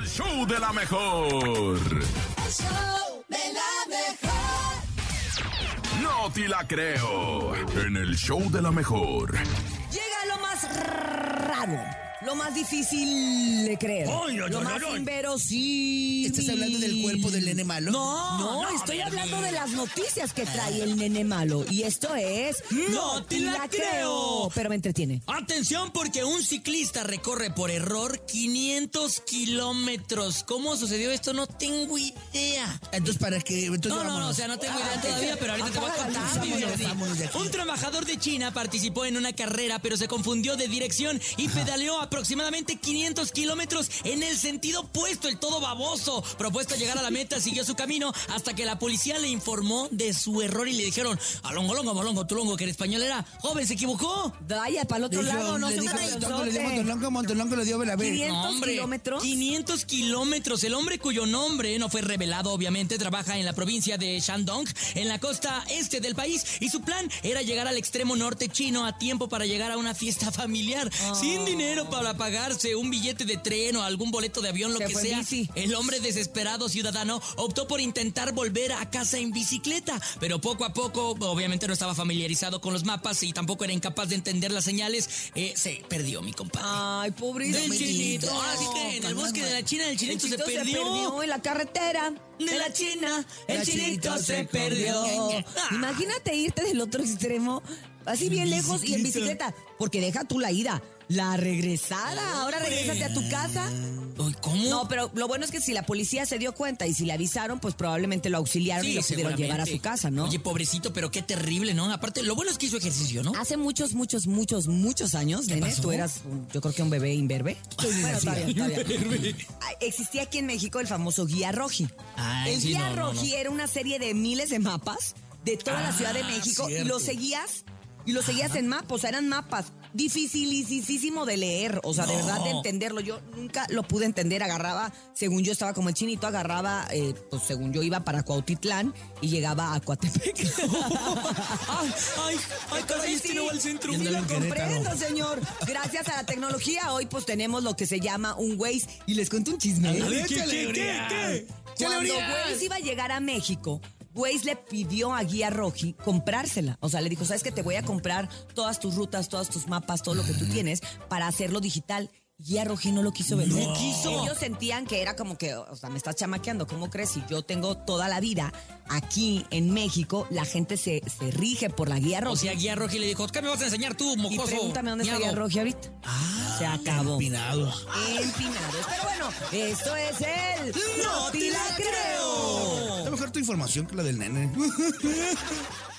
el show de la mejor. El show de la mejor. No te la creo. En el show de la mejor. Llega lo más raro, lo más difícil de creer, lo más inverosímil. ¿Estás hablando del cuerpo del nene malo? No, estoy hablando de las noticias que trae el nene malo. Y esto es... ¡No te la creo! Pero me entretiene. Atención, porque un ciclista recorre por error 500 kilómetros. ¿Cómo sucedió esto? No tengo idea. Entonces, ¿para qué? Entonces, No, o sea, no tengo idea todavía, pero ahorita te voy a contar. Vámonos de aquí. Un trabajador de China participó en una carrera, pero se confundió de dirección y pedaleó aproximadamente 500 kilómetros en el sentido opuesto, el todo baboso. Propuesto a llegar a la meta, siguió su camino hasta que la policía le informó de su error y le dijeron: alongo, longo, molongo, tulongo, que en español era: joven, ¿se equivocó? Vaya, para el otro lado, no se le dijo Montolongo, le dio la B. 500 kilómetros. 500 kilómetros. El hombre, cuyo nombre no fue revelado, obviamente, trabaja en la provincia de Shandong, en la costa este del país, y su plan era llegar al extremo norte chino a tiempo para llegar a una fiesta familiar, sin dinero para pagarse un billete de tren o algún boleto de avión, lo Se que fue en sea. bici. El hombre desesperado ciudadano optó por intentar volver a casa en bicicleta, pero poco a poco, obviamente no estaba familiarizado con los mapas y tampoco era incapaz de entender las señales. Se perdió, mi compadre. Ay, pobrecito. Del chinito. Ahora sí que en el bosque de la China el chinito se perdió. En la carretera De la China, el chinito se perdió. Imagínate irte del otro extremo, así bien lejos y en bicicleta, porque deja tú la ida, la regresada. Ahora regrésate a tu casa. Uy, ¿cómo? No, pero lo bueno es que si la policía se dio cuenta y si le avisaron, pues probablemente lo auxiliaron y lo pudieron llevar a su casa, ¿no? Oye, pobrecito, pero qué terrible, ¿no? Aparte, lo bueno es que hizo ejercicio, ¿no? Hace muchos años, nene, pasó? tú eras, yo creo que un bebé imberbe. Bueno, todavía. Existía aquí en México el famoso Guía Roji. Ay, El sí, Guía no. Roji era una serie de miles de mapas de toda la Ciudad de México y los seguías en mapas, o sea, eran mapas dificilísimo de leer, o sea, de verdad de entenderlo. Yo nunca lo pude entender. Agarraba, según yo estaba como el chinito, agarraba, pues según yo iba para Cuautitlán y llegaba a Coatepec. Ay, caray, este no va al centro. Sí lo comprendo, señor. Gracias a la tecnología, hoy pues tenemos lo que se llama un Waze. Y les cuento un chisme. ¿Qué? Cuando Waze iba a llegar a México, Waze le pidió a Guía Roji comprársela. O sea, le dijo: ¿sabes qué? Te voy a comprar todas tus rutas, todos tus mapas, todo lo que tú tienes para hacerlo digital. Guía Roji no lo quiso vender. No quiso. Ellos sentían que era como que, o sea, me estás chamaqueando. ¿Cómo crees? Si yo tengo toda la vida aquí en México, la gente se rige por la Guía Roji. O sea, Guía Roji le dijo: ¿qué me vas a enseñar tú, Y mocoso? pregúntame dónde está Miado? Guía Roji ahorita. Se acabó. Empinados. Empinados. Pero bueno, esto es el... ¡No te la creo! Está mejor tu información que la del nene.